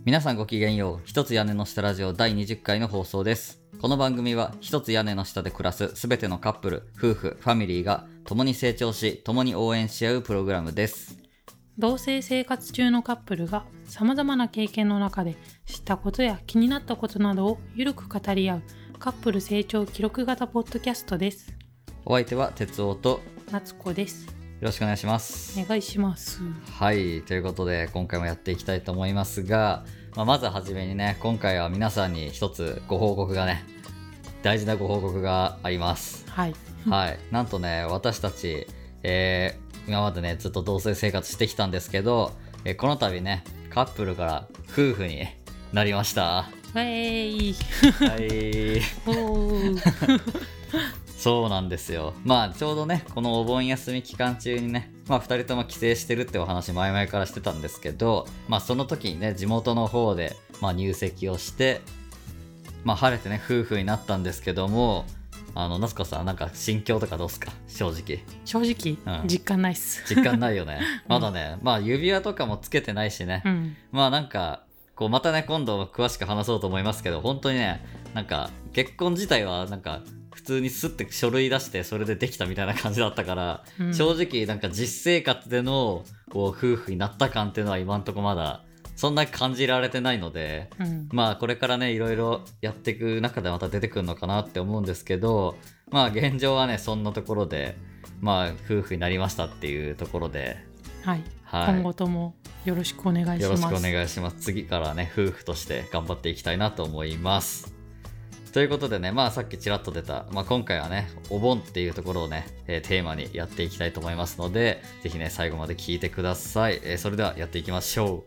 皆さんごきげんよう。一つ屋根の下ラジオ第20回の放送です。この番組は一つ屋根の下で暮らすすべてのカップル、夫婦、ファミリーが共に成長し、共に応援し合うプログラムです。 同棲生活中のカップルがさまざまな経験の中で知ったことや気になったことなどをゆるく語り合うカップル成長記録型ポッドキャストです。 お相手は哲夫と夏子です。 よろしくお願いします。 お願いします。 はい、ということで今回もやっていきたいと思いますが、まずはじめにね、今回は皆さんに一つご報告がね、大事なご報告があります。 はい。 はい、なんとね、私たち、今までねずっと同棲生活してきたんですけど、この度ねカップルから夫婦になりました。 ウェイはいおーそうなんですよ。ちょうどねこのお盆休み期間中にね、2人とも帰省してるってお話前々からしてたんですけど、その時にね地元の方で、入籍をして、晴れてね夫婦になったんですけども、夏子さんなんか心境とかどうすか？正直、 実感ないっす。 実感ないよねまだね、指輪とかもつけてないしね、なんかこうまたね今度詳しく話そうと思いますけど、本当にねなんか結婚自体はなんか普通にスッて書類出してそれでできたみたいな感じだったから、正直なんか実生活でのこう夫婦になった感っていうのは今んとこまだそんな感じられてないので、これからねいろいろやっていく中でまた出てくるのかなって思うんですけど、現状はねそんなところで夫婦になりましたっていうところで、 はい、今後ともよろしくお願いします。 よろしくお願いします。次からね夫婦として頑張っていきたいなと思います。ということでね、さっきちらっと出た、今回はねお盆っていうところをね、テーマにやっていきたいと思いますので、ぜひね最後まで聞いてください。それではやっていきましょう。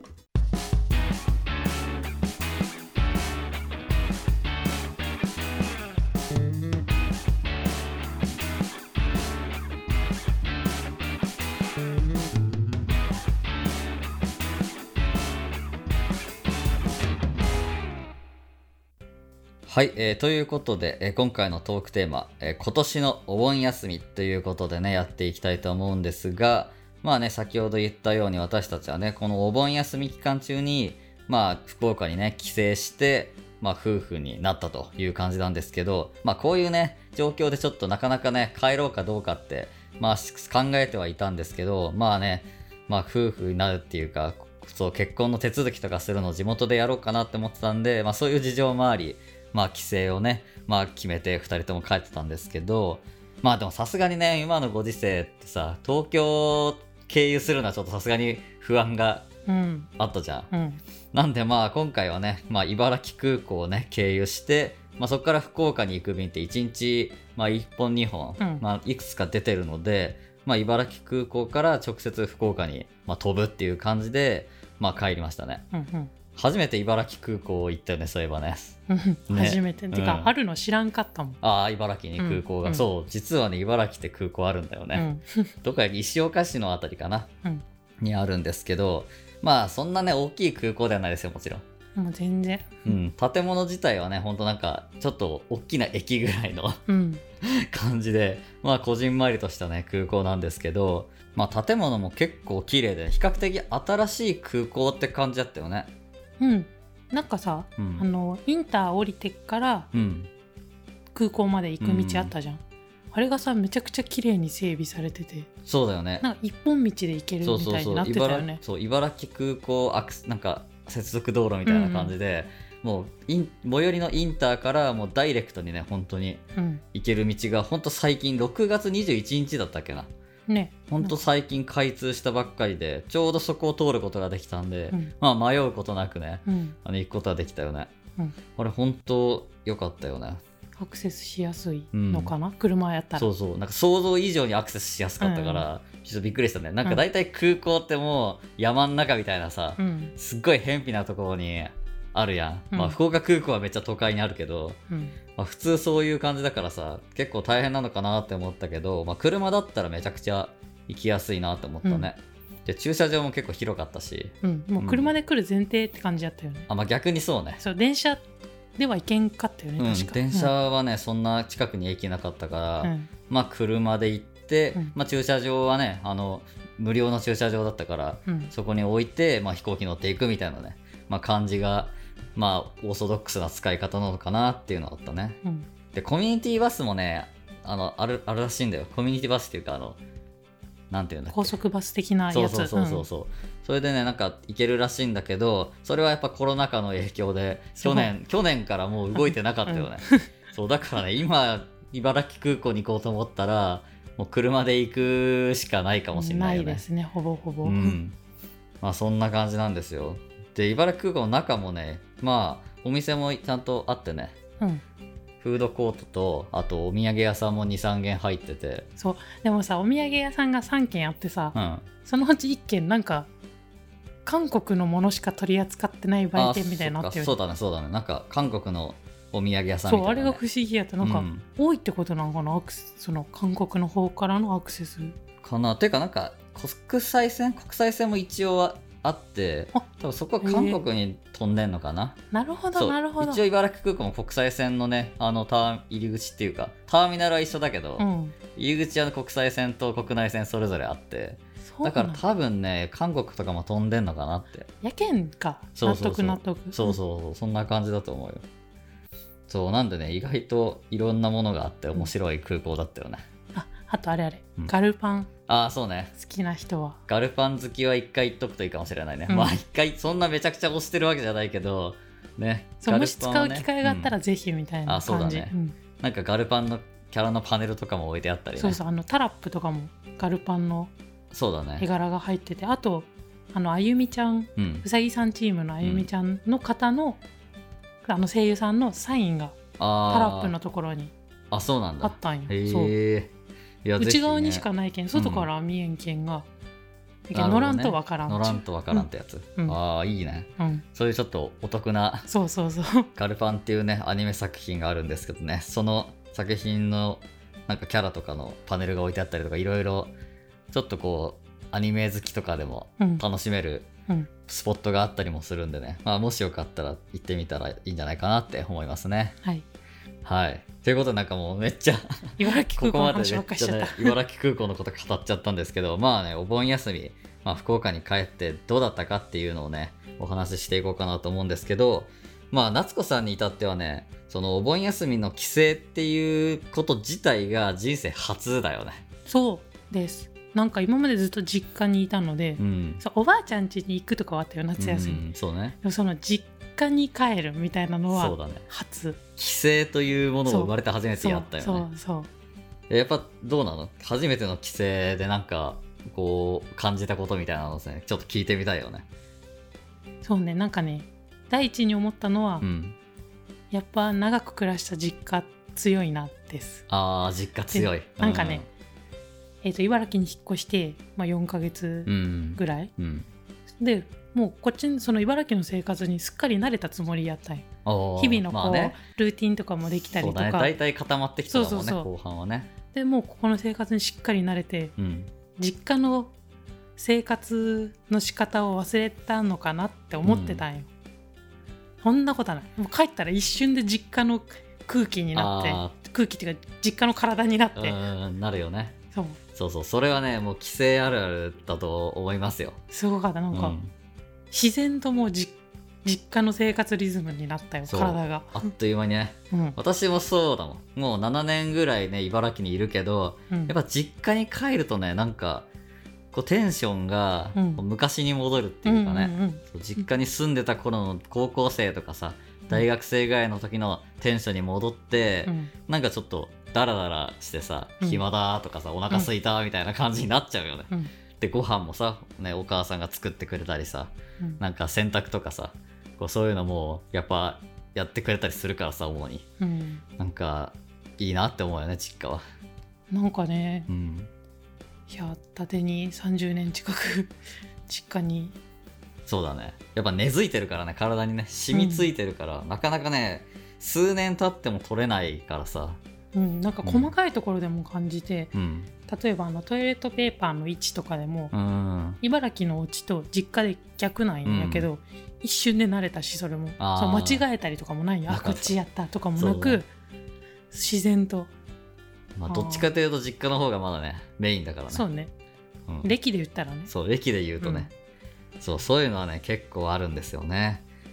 はい、ということで、今回のトークテーマ、今年のお盆休みということでねやっていきたいと思うんですが、先ほど言ったように私たちはねこのお盆休み期間中に福岡にね帰省して、夫婦になったという感じなんですけど、こういうね状況でちょっとなかなかね帰ろうかどうかって考えてはいたんですけど、夫婦になるっていうか、そう結婚の手続きとかするのを地元でやろうかなって思ってたんで、そういう事情もあり帰省をね、決めて2人とも帰ってたんですけど、でもさすがにね今のご時世ってさ、東京経由するのはちょっとさすがに不安があったじゃん、なんで今回はね、茨城空港をね経由して、そこから福岡に行く便って1日、1本2本、いくつか出てるので、茨城空港から直接福岡に、飛ぶっていう感じで、帰りましたね。初めて茨城空港行ったよね、そういえばね。 初めて、てかあるの知らんかったもん。 茨城に空港が、そう実はね茨城って空港あるんだよね、どこや石岡市のあたりかな、にあるんですけど、そんなね大きい空港ではないですよ、もちろん。 もう全然、 建物自体はねほんとなんかちょっと大きな駅ぐらいの感じで、こじんまりとしたね空港なんですけど、建物も結構綺麗で比較的新しい空港って感じだったよね。 なんかさ、インター降りてから空港まで行く道あったじゃん、あれがさめちゃくちゃ綺麗に整備されてて、 そうだよね、 なんか一本道で行けるみたいになってたよね。 そう茨城空港なんか接続道路みたいな感じで、もう最寄りのインターからもうダイレクトにね本当に行ける道が本当最近6月21日だったっけな、ほんと最近開通したばっかりで、ちょうどそこを通ることができたんで、迷うことなくね、行くことができたよね、あれ本当良かったよね。 アクセスしやすいのかな、車やったら。 そうなんか想像以上にアクセスしやすかったから、ちょっとびっくりしたね。なんか大体空港ってもう山ん中みたいなさ、すっごい偏僻なところにあるやん、福岡空港はめっちゃ都会にあるけど、普通そういう感じだからさ結構大変なのかなって思ったけど、車だったらめちゃくちゃ行きやすいなって思ったね、で駐車場も結構広かったし、 もう車で来る前提って感じだったよね。 逆にそうね。 そう電車では行けんかったよね、確か。 電車はね、そんな近くに駅なかったから、車で行って、駐車場はね無料の駐車場だったから、そこに置いて、飛行機乗っていくみたいなね、 まあ、漢字がまあオーソドックスな使い方なのかなっていうのがあったね。でコミュニティバスもねあるらしいんだよ。コミュニティバスっていうかなんていうんだっけ、 高速バス的なやつ。 そう、それでねなんか行けるらしいんだけど、それはやっぱコロナ禍の影響で去年からもう動いてなかったよね。そうだからね今茨城空港に行こうと思ったらもう車で行くしかないかもしれないよね。 ないですね、ほぼほぼ。 まあそんな感じなんですよ。で茨城空港の中もねまあお店もちゃんとあってね、フードコートとあとお土産屋さんも 2,3 軒入ってて。 そうでもさお土産屋さんが3軒あってさ、そのうち1軒なんか韓国のものしか取り扱ってない売店みたいになってる。 そうだねなんか韓国のお土産屋さんみたいな、ね、 そうあれが不思議やった。なんか、多いってことなのかな、その韓国の方からのアクセスかな。ていうかなんか国際線も一応あって多分そこは韓国に飛んでんのかな。 なるほどなるほど。 一応茨城空港も国際線のね入り口っていうかターミナルは一緒だけど、入り口は国際線と国内線それぞれあって、だから多分ね韓国とかも飛んでんのかなって。 やけんか。納得。 そうそんな感じだと思うよ。そうなんでね意外といろんなものがあって面白い空港だったよね。 あとあれ、ガルパン。 そうね。 好きな人はガルパン好きは一回言っとくといいかもしれないね。まあ一回そんなめちゃくちゃ推してるわけじゃないけどね。 もし使う機会があったらぜひみたいな感じ。 そうだね。なんかガルパンのキャラのパネルとかも置いてあったりね。 そうタラップとかもガルパンの絵柄が入ってて、あとあゆみちゃん、うさぎさんチームのあゆみちゃんの方の、声優さんのサインがタラップのところにあったんよ。そう内側にしかないけん外から見えんけんが、乗らんとわからんってやつ。いいね、そういうちょっとお得なガルパンっていうねアニメ作品があるんですけどね、その作品のなんかキャラとかのパネルが置いてあったりとかいろいろちょっとこうアニメ好きとかでも楽しめるスポットがあったりもするんでね、もしよかったら行ってみたらいいんじゃないかなって思いますね。はい。ということでなんかもうめっちゃ茨城空港の話ばっかりしちゃった。 茨城空港のこと語っちゃったんですけど、まあねお盆休み、福岡に帰ってどうだったかっていうのをねお話ししていこうかなと思うんですけど、夏子さんに至ってはねそのお盆休みの帰省っていうこと自体が人生初だよね。 そうです。なんか今までずっと実家にいたので、おばあちゃん家に行くとかはあったよ夏休み、 そうね。 でもその実家に帰るみたいなのは初。 帰省というものを生まれて初めてやったよね。そうやっぱどうなの、初めての帰省でなんかこう感じたことみたいなのですねちょっと聞いてみたいよね。 そうね、なんかね第一に思ったのは、やっぱ長く暮らした実家強いなです。 実家強い。 なんかね、茨城に引っ越して、4ヶ月ぐらい、でもうこっちその茨城の生活にすっかり慣れたつもりやったんよ。日々のルーティンとかもできたりとか、 だいたい固まってきたもんね後半はね。 でもうここの生活にしっかり慣れて、実家の生活の仕方を忘れたのかなって思ってたんよ。そんなことない。もう帰ったら一瞬で実家の空気になって空気っていうか実家の体になってなるよね。そうそれはねもう帰省あるあるだと思いますよ。 すごかった。なんか、自然ともう実家の生活リズムになったよ体が。 あっという間にね、私もそうだもん。もう7年ぐらいね茨城にいるけど、やっぱ実家に帰るとねなんかこうテンションが昔に戻るっていうかね、実家に住んでた頃の高校生とかさ大学生ぐらいの時のテンションに戻って、なんかちょっとダラダラしてさ、暇だとかさお腹空いたみたいな感じになっちゃうよね。でご飯もさ、お母さんが作ってくれたりさ、なんか洗濯とかさこうそういうのもやっぱやってくれたりするからさ主に、なんかいいなって思うよね実家は。 なんかね、いや縦に30年近く実家に。 そうだね、やっぱ根付いてるからね体にね染みついてるから、なかなかね数年経っても取れないからさ、 なんか細かいところでも感じて、例えばトイレットペーパーの位置とかでも、茨城のお家と実家で逆なんやけど、一瞬で慣れたし、それもそう間違えたりとかもないよ。こっちやったとかもなく、自然と、 どっちかというと実家の方がまだねメインだからね。 そうね、歴で言ったらね。 そう歴で言うとね、そういうのはね結構あるんですよね。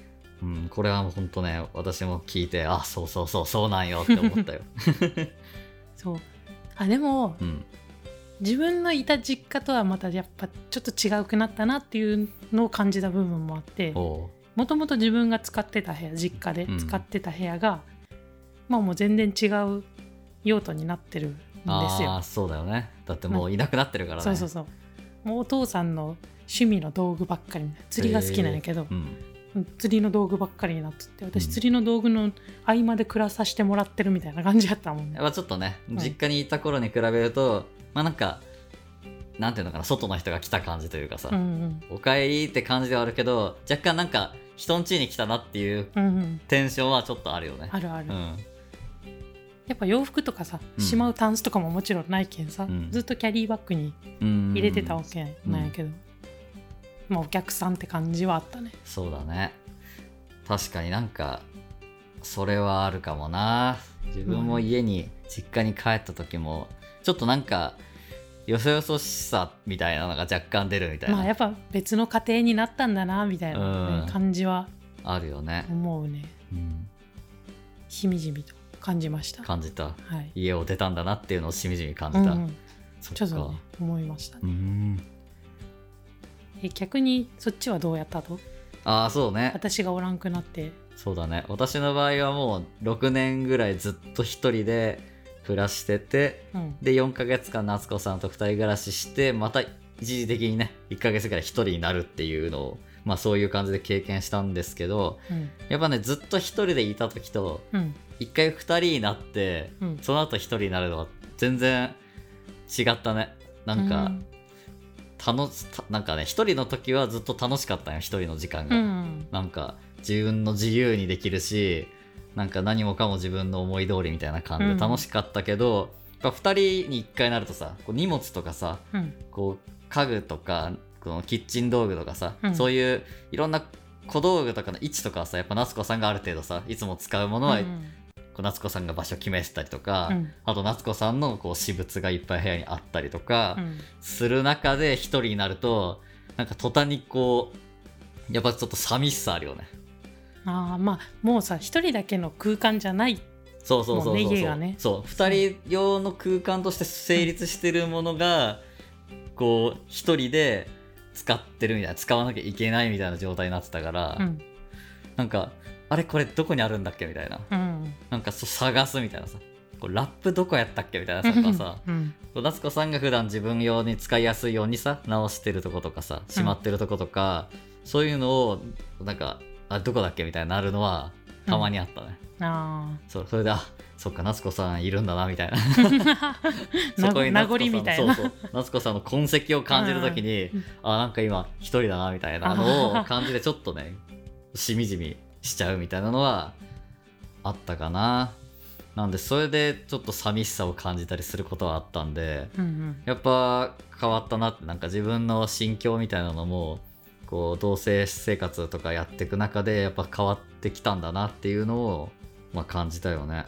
うん、これはもうほんとね、私も聞いて、あ、そうそうそうそうなんよって思ったよそうでも、自分のいた実家とはまたやっぱちょっと違うくなったなっていうのを感じた部分もあって、もともと自分が使ってた部屋、実家で使ってた部屋が、まあもう全然違う用途になってるんですよ。 そうだよね。だってもういなくなってるからね。 そうもうお父さんの趣味の道具ばっかり、釣りが好きなんやけど、釣りの道具ばっかりになってて、私釣りの道具の合間で暮らさせてもらってるみたいな感じだったもんね。 ちょっとね、実家にいた頃に比べると、まあなんかなんていうのかな、外の人が来た感じというかさ、おかえりって感じではあるけど、若干なんか人ん家に来たなっていうテンションはちょっとあるよね。 あるある、やっぱ洋服とかさ、しまうタンスとかももちろんないけんさ、ずっとキャリーバッグに入れてたわけなんやけど、まあお客さんって感じはあったね。 そうだね、確かになんかそれはあるかもな。自分も家に実家に帰った時もちょっとなんかよそよそしさみたいなのが若干出るみたいな、 まあやっぱ別の家庭になったんだなみたいな、感じはあるよね。 思うね、しみじみと感じました。 感じた、家を出たんだなっていうのをしみじみ感じた、 ちょっとね思いましたね。逆にそっちはどうやったと？ そうね、 私がおらんくなって。 そうだね、私の場合はもう6年ぐらいずっと一人で暮らしてて、で4ヶ月間夏子さんと2人暮らしして、また一時的にね1ヶ月ぐらい一人になるっていうのを、まあそういう感じで経験したんですけど、やっぱねずっと一人でいた時と、一回2人になって、その後一人になるのは全然違ったね。なんか、なんかね一人の時はずっと楽しかったよ、一人の時間が、なんか自分の自由にできるし、なんか何もかも自分の思い通りみたいな感じで楽しかったけど、やっぱ2人に1回なるとさ、こう荷物とかさ、こう家具とかこのキッチン道具とかさ、そういういろんな小道具とかの位置とかはさ、やっぱ夏子さんがある程度さいつも使うものは、こう夏子さんが場所決めてたりとか、あと夏子さんのこう私物がいっぱい部屋にあったりとかする中で一人になると、なんか途端にこうやっぱちょっと寂しさあるよね。まあもうさ一人だけの空間じゃない。そう、家がね、 そう2人用の空間として成立してるものが、こう一人で使ってるみたいな、使わなきゃいけないみたいな状態になってたから、なんかあれこれどこにあるんだっけみたいな、なんか探すみたいなさ、こうラップどこやったっけみたいなさ、夏子さんが普段自分用に使いやすいようにさ直してるとことかさ、しまってるとことか、そういうのをなんかどこだっけみたいになるのはたまにあったね。それでそっか夏子さんいるんだなみたいなそこに名残みたいな、 夏子さんの痕跡を感じるときに、なんか今一人だなみたいなのを感じて、ちょっとねしみじみしちゃうみたいなのはあったかな。なんでそれでちょっと寂しさを感じたりすることはあったんで、やっぱ変わったなって、なんか自分の心境みたいなのもこう同棲生活とかやっていく中でやっぱ変わってきたんだなっていうのを、感じたよね。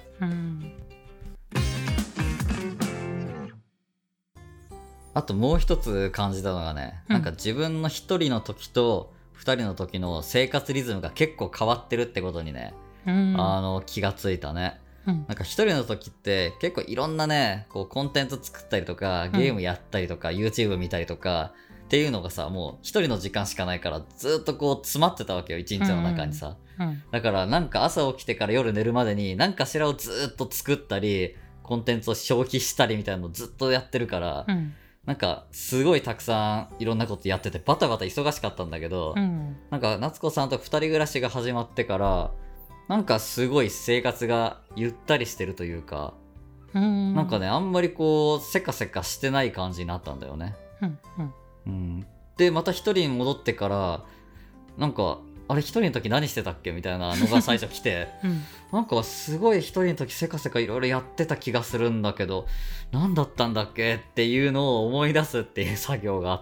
あともう一つ感じたのがね、なんか自分の一人の時と二人の時の生活リズムが結構変わってるってことにね、気がついたね。なんか一人の時って結構いろんなねこうコンテンツ作ったりとかゲームやったりとか、YouTube 見たりとかっていうのがさ、もう一人の時間しかないからずっとこう詰まってたわけよ、一日の中にさ、だからなんか朝起きてから夜寝るまでに何かしらをずっと作ったりコンテンツを消費したりみたいなのをずっとやってるから、なんかすごいたくさんいろんなことやっててバタバタ忙しかったんだけど、なんか夏子さんと2人暮らしが始まってからなんかすごい生活がゆったりしてるというか、なんかねあんまりこうせかせかしてない感じになったんだよね。でまた一人に戻ってからなんかあれ一人の時何してたっけみたいなのが最初来て、なんかすごい一人の時せかせかいろいろやってた気がするんだけど何だったんだっけっていうのを思い出すっていう作業があって、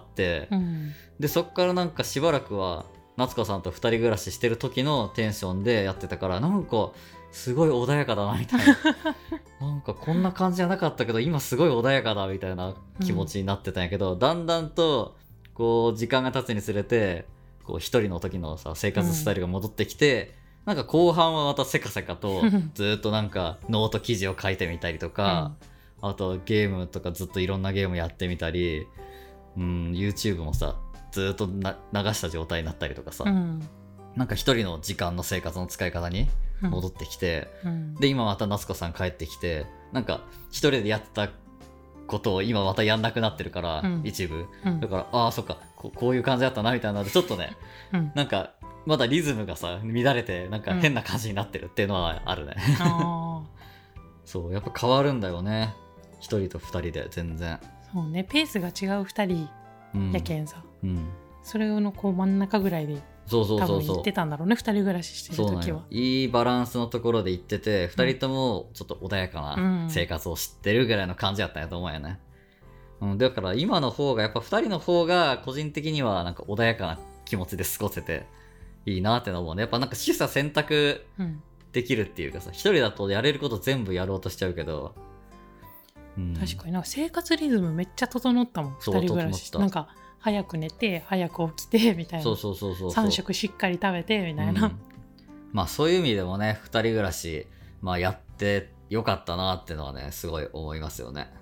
でそっからなんかしばらくは夏子さんと2人暮らししてる時のテンションでやってたから、なんかすごい穏やかだなみたいななんかこんな感じじゃなかったけど今すごい穏やかだみたいな気持ちになってたんやけど、だんだんとこう時間が経つにつれてこう一人の時のさ生活スタイルが戻ってきて、 なんか後半はまたせかせかとずっとなんかノート記事を書いてみたりとか、あとゲームとかずっといろんなゲームやってみたり、YouTube もさずっと流した状態になったりとかさ、なんか一人の時間の生活の使い方に戻ってきて、で今また夏子さん帰ってきて、なんか一人でやってたことを今またやんなくなってるから、一部、だからそっか こういう感じだったなみたいなのでちょっとね、なんかまだリズムがさ乱れてなんか変な感じになってるっていうのはあるね、そうやっぱ変わるんだよね、一人と二人で全然。 そうね、ペースが違う二人やけんさ、それのこう真ん中ぐらいで多分行ってたんだろうね、二人暮らししてる時は。 いいバランスのところで行ってて、二人ともちょっと穏やかな生活を知ってるぐらいの感じだったんやと思うよね、だから今の方がやっぱ二人の方が個人的にはなんか穏やかな気持ちで過ごせていいなって思うね。やっぱなんか取捨選択できるっていうかさ、一人だとやれること全部やろうとしちゃうけど、 確かになんか生活リズムめっちゃ整ったもん、二人暮らし。なんか早く寝て早く起きてみたいな、3食しっかり食べてみたいな、 まあそういう意味でもね二人暮らし、やってよかったなっていうのはねすごい思いますよね。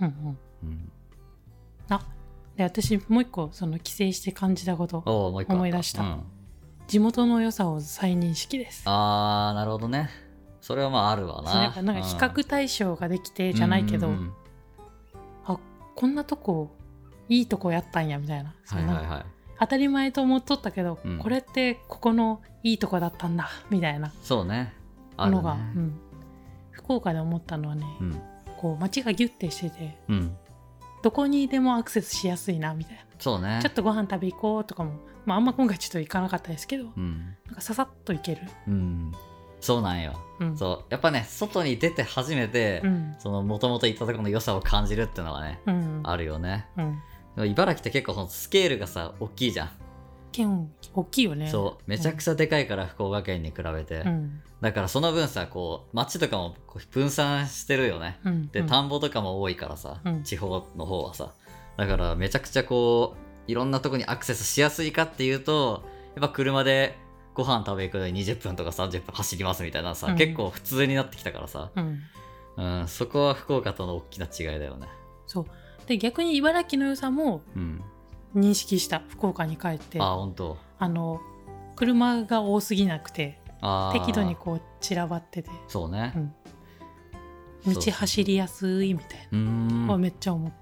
で私もう一個その帰省して感じたこと思い出した、地元の良さを再認識です。 なるほどね。それはあるわな。 やっぱなんか比較対象ができてじゃないけど、こんなとこいいとこやったんやみたいな、当たり前と思っとったけど、これってここのいいとこだったんだみたいなのが、福岡で思ったのはね、こう街がギュッてしてて、どこにでもアクセスしやすいなみたいな。 そうね。 ちょっとご飯食べ行こうとかも、あんま今回ちょっと行かなかったですけど、なんかささっと行ける。 そうなんよ、そうやっぱね外に出て初めて、その元々行ったところの良さを感じるっていうのはね、あるよね。茨城って結構スケールがさ大きいじゃん。 大きいよね。 そうめちゃくちゃでかいから、福岡県に比べて、だからその分さこう町とかもこう分散してるよね、で田んぼとかも多いからさ、地方の方はさ、だからめちゃくちゃこういろんなとこにアクセスしやすいかっていうと、やっぱ車でご飯食べ行くのに20分とか30分走りますみたいなさ、結構普通になってきたからさ、そこは福岡との大きな違いだよね。 そうで逆に茨城の良さも認識した、福岡に帰って。 本当。 車が多すぎなくて適度にこう散らばってて、 そうね、 道走りやすいみたいなめっちゃ思った。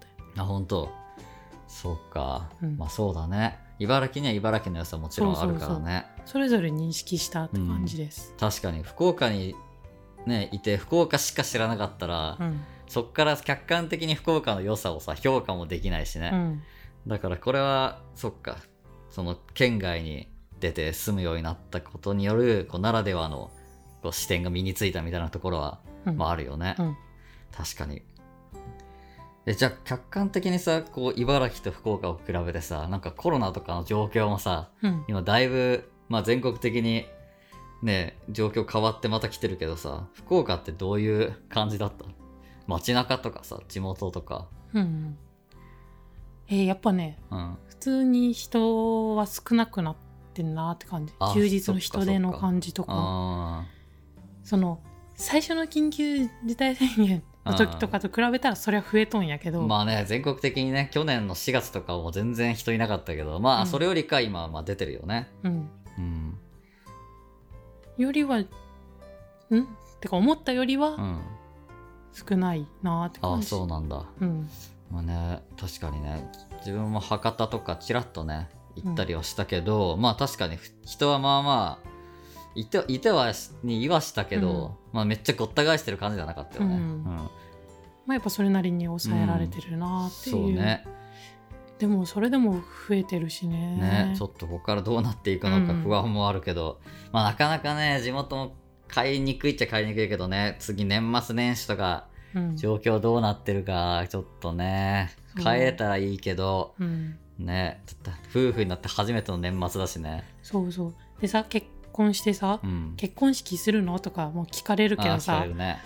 本当。そうか、そうだね。茨城には茨城の良さもちろんあるからね。 それぞれ認識したって感じです、 確かに福岡にねいて福岡しか知らなかったら、そっから客観的に福岡の良さをさ評価もできないしね、だからこれはそっか、その県外に出て住むようになったことによるこうならではのこう視点が身についたみたいなところは、あるよね、確かに。じゃあ客観的にさこう茨城と福岡を比べてさ、なんかコロナとかの状況もさ、今だいぶ、全国的にね状況変わってまた来てるけどさ、福岡ってどういう感じだった？街中とかさ地元とか。 やっぱね、普通に人は少なくなってんなって感じ。休日の人出の感じとか、その最初の緊急事態宣言の時とかと比べたらそれは増えとんやけど、 全国的にね去年の4月とかも全然人いなかったけど、それよりか今は出てるよね。 よりはってか思ったよりは少ないなって感じ。 そうなんだ。確かにね、自分も博多とかちらっとね行ったりはしたけど、確かに人はいてはいはしたけど、めっちゃごった返してる感じじゃなかったよね。 やっぱそれなりに抑えられてるなっていう、そうね。でもそれでも増えてるしね。 ちょっとここからどうなっていくのか不安もあるけど、なかなかね地元も買いにくいっちゃ買いにくいけどね、次年末年始とか状況どうなってるかちょっとね、買えたらいいけど、ね、ちょっと夫婦になって初めての年末だしね。 そうでさ、結婚してさ、結婚式するのとかも聞かれるけどさ、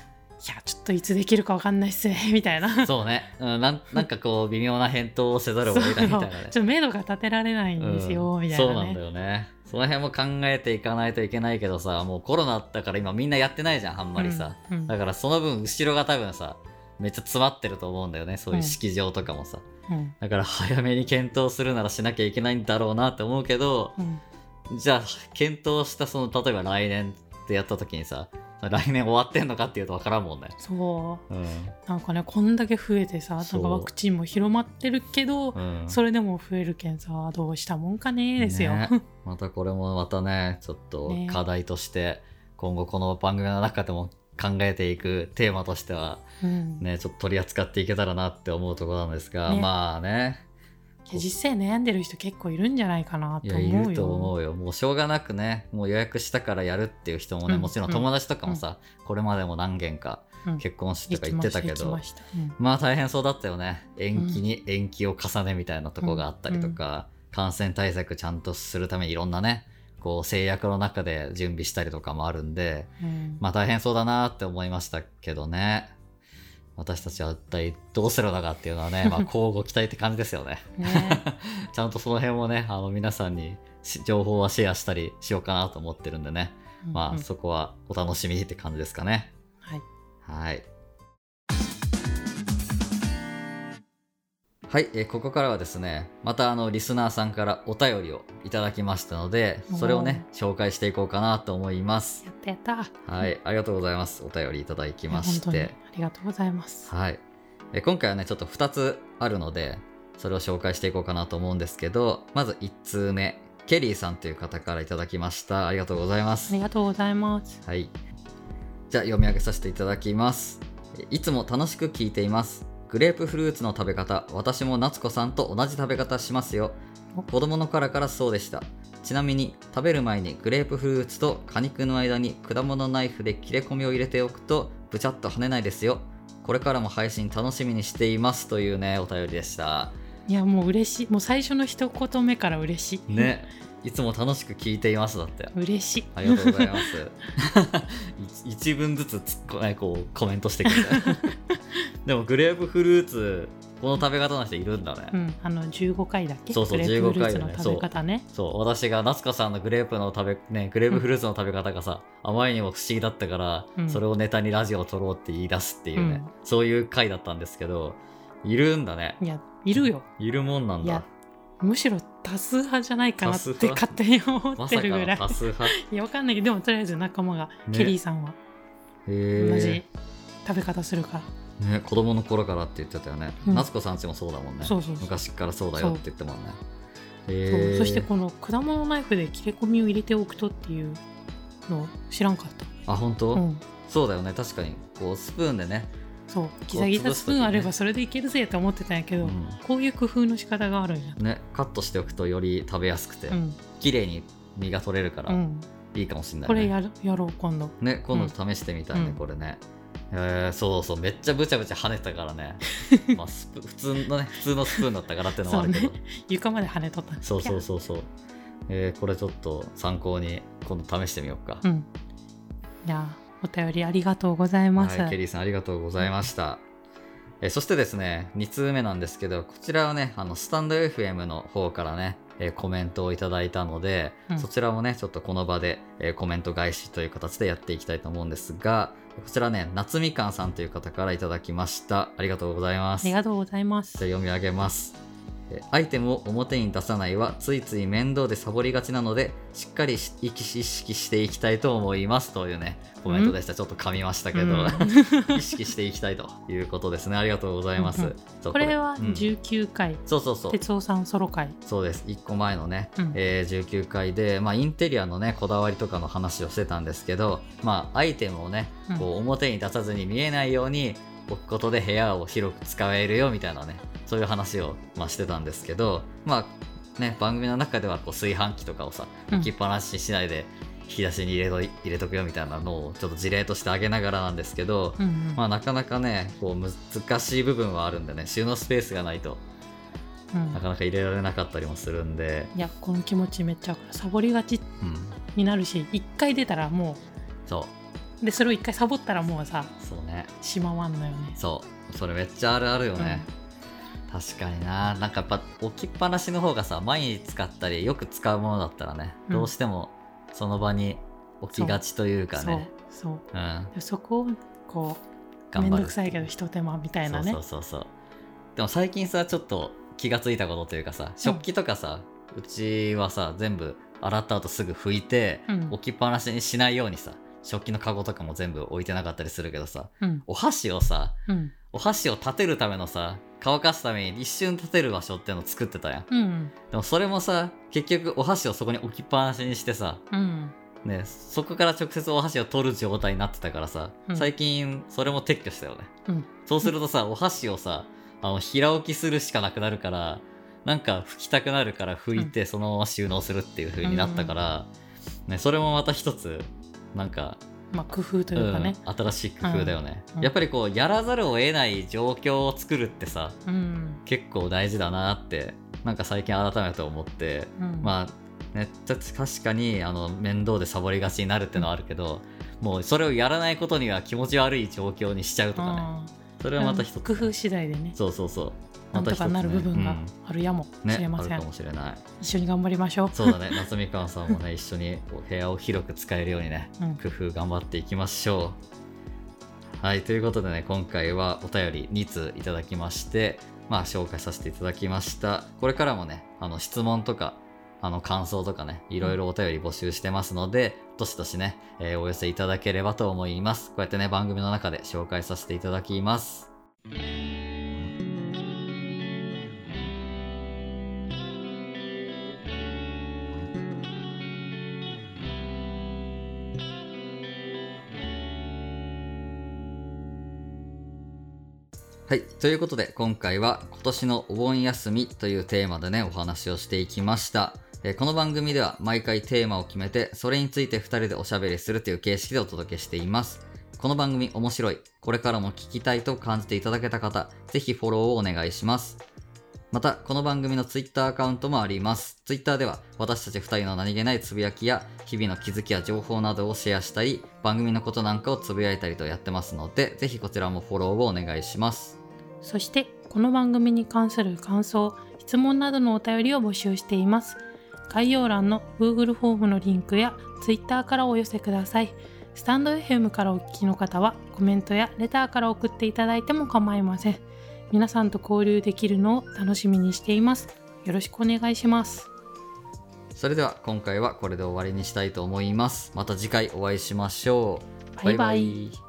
やちょっといつできるか分かんないっすねみたいなそうね、なんかこう微妙な返答をせざるを得ないみたいなねちょっと目処が立てられないんですよ、みたいなね。 そうなんだよね。その辺も考えていかないといけないけどさ、もうコロナだから今みんなやってないじゃん、あんまりさ、だからその分後ろが多分さめっちゃ詰まってると思うんだよね、そういう式場とかもさ、だから早めに検討するならしなきゃいけないんだろうなって思うけど、じゃあ検討したその例えば来年ってやった時にさ、来年終わってんのかっていうと分からんもんね。 そう、なんかねこんだけ増えてさ、なんかワクチンも広まってるけど、それでも増えるけんさ、どうしたもんかねですよ、ね、 またこれもまたねちょっと課題として、今後この番組の中でも考えていくテーマとしては、ねちょっと取り扱っていけたらなって思うところなんですが、まあね実際悩んでる人結構いるんじゃないかなと思うよ。 いやいると思うよ。もうしょうがなくね、もう予約したからやるっていう人もね、もちろん友達とかもさ、これまでも何件か結婚式とか言ってたけど、まあ大変そうだったよね。延期に延期を重ねみたいなとこがあったりとか、感染対策ちゃんとするためにいろんなねこう制約の中で準備したりとかもあるんで、まあ大変そうだなって思いましたけどね。私たちは一体どうするのかっていうのはね、まあ交互期待って感じですよね。ちゃんとその辺もね、皆さんに情報はシェアしたりしようかなと思ってるんでね、まあそこはお楽しみって感じですかね。はい。はい、ここからはですね、またリスナーさんからお便りをいただきましたので、それをね紹介していこうかなと思います。 やったはい、ありがとうございます。お便りいただきまして、 ありがとうございます。 はい、今回はねちょっと2つあるので、それを紹介していこうかなと思うんですけど、まず1通目、ケリーさんという方からいただきました。ありがとうございます。 ありがとうございます。 はい、じゃあ読み上げさせていただきます。いつも楽しく聞いています。グレープフルーツの食べ方、私も夏子さんと同じ食べ方しますよ。子供の頃からそうでした。ちなみに食べる前にグレープフルーツと果肉の間に果物ナイフで切れ込みを入れておくとブチャッと跳ねないですよ。これからも配信楽しみにしていますというねお便りでした。 いやもう嬉しい。もう最初の一言目から嬉しいね。いつも楽しく聞いていますだって。 嬉しい。 ありがとうございます一文ずつこうコメントしてくれたでもグレープフルーツこの食べ方の人いるんだね。 15回だっけ。 そうそう、15回だね。 食べ方ね。 そう私が夏子さんのグレープフルーツの食べ方がさ、あまりにも不思議だったから、それをネタにラジオを撮ろうって言い出すっていうね、そういう回だったんですけど、いるんだね。 いやいるよ。 いるもんなんだ。 いやむしろ多数派じゃないかなって勝手に思ってるぐらい。 多数派いやわかんないけど、でもとりあえず仲間が、ケリーさんは同じ食べ方するからね、子供の頃からって言ってたよね。夏子さんちもそうだもんね。 そう昔からそうだよって言ってもんね。そしてこの果物ナイフで切れ込みを入れておくとっていうのを知らんかった。 あ、本当？そうだよね。確かにこうスプーンでね、 そうギザギザスプーンあればそれでいけるぜと思ってたんやけど、こういう工夫の仕方があるんやね。カットしておくとより食べやすくて、綺麗に身が取れるからいいかもしれないね。 これやろう今度ね。今度試してみたいね、これね。そうそう、めっちゃブチャブチャ跳ねたからねまあ普通のスプーンだったからってのもあるけど、 床まで跳ねとった。 そう、これちょっと参考に今度試してみようか。 いやお便りありがとうございます。 ケリーさんありがとうございました。そしてですね、2通目なんですけど、こちらはねスタンド FM の方からねコメントをいただいたので、そちらもねちょっとこの場でコメント返しという形でやっていきたいと思うんですが、こちらね夏みかんさんという方からいただきました。ありがとうございます。 ありがとうございます。 じゃあ読み上げます。アイテムを表に出さないはついつい面倒でサボりがちなので、しっかり意識していきたいと思いますというねコメントでした。ちょっと噛みましたけど、意識していきたいということですね。ありがとうございます。 これは19回、 そう哲夫さんソロ回。 そうです。1個前のね、19回で、インテリアのねこだわりとかの話をしてたんですけど、アイテムをねこう表に出さずに見えないように置くことで部屋を広く使えるよみたいなね、そういう話をしてたんですけど、番組の中ではこう炊飯器とかをさ置きっぱなししないで引き出しに入れとくよみたいなのをちょっと事例としてあげながらなんですけど、なかなかねこう難しい部分はあるんでね、収納スペースがないとなかなか入れられなかったりもするんで、 いやこの気持ちめっちゃサボりがちになるし、1回出たらもうでそれを一回サボったらもうさ、 そうね、 しまわんのよね。 そうそれめっちゃあるあるよね、確かにな。なんかやっぱ置きっぱなしの方がさ、毎日使ったりよく使うものだったらね、どうしてもその場に置きがちというかね。 そう、でそこをこうめんどくさいけど一手間みたいなね。 そうでも最近さ、ちょっと気がついたことというかさ、食器とかさ、うちはさ全部洗った後すぐ拭いて、置きっぱなしにしないようにさ、食器のカゴとかも全部置いてなかったりするけどさ、お箸をさ、お箸を立てるためのさ、乾かすために一瞬立てる場所ってのを作ってたやん、でもそれもさ、結局お箸をそこに置きっぱなしにしてさ、ね、そこから直接お箸を取る状態になってたからさ、最近それも撤去したよね、そうするとさ、お箸をさ、平置きするしかなくなるから、なんか拭きたくなるから拭いてそのまま収納するっていう風になったから、ね、それもまた一つなんか工夫というかね、 新しい工夫だよね、やっぱりこうやらざるを得ない状況を作るってさ、結構大事だなってなんか最近改めて思って、まあね、確かに面倒でサボりがちになるってのはあるけど、もうそれをやらないことには気持ち悪い状況にしちゃうとかね、それはまた一つ、 工夫次第でね、 そうなんとかなる部分があるやもしれません、 あるかもしれない。 一緒に頑張りましょう。 そうだね、夏みかんさんもね一緒に部屋を広く使えるようにね、工夫頑張っていきましょう。はい、ということでね、今回はお便り2通いただきまして、紹介させていただきました。これからもね、質問とか感想とかね、いろいろお便り募集してますので、どしどしね、お寄せいただければと思います。こうやってね、番組の中で紹介させていただきます。はい。ということで、今回は今年のお盆休みというテーマでね、お話をしていきました。この番組では毎回テーマを決めて、それについて2人でおしゃべりするという形式でお届けしています。この番組面白い、これからも聞きたいと感じていただけた方、ぜひフォローをお願いします。また、この番組の Twitter アカウントもあります。Twitter では私たち2人の何気ないつぶやきや、日々の気づきや情報などをシェアしたり、番組のことなんかをつぶやいたりとやってますので、ぜひこちらもフォローをお願いします。 そして、この番組に関する感想、質問などのお便りを募集しています。概要欄の Google フォームのリンクや Twitter からお寄せください。スタンド FM からお聞きの方はコメントやレターから送っていただいても構いません。皆さんと交流できるのを楽しみにしています。よろしくお願いします。 それでは今回はこれで終わりにしたいと思います。また次回お会いしましょう。 バイバイ。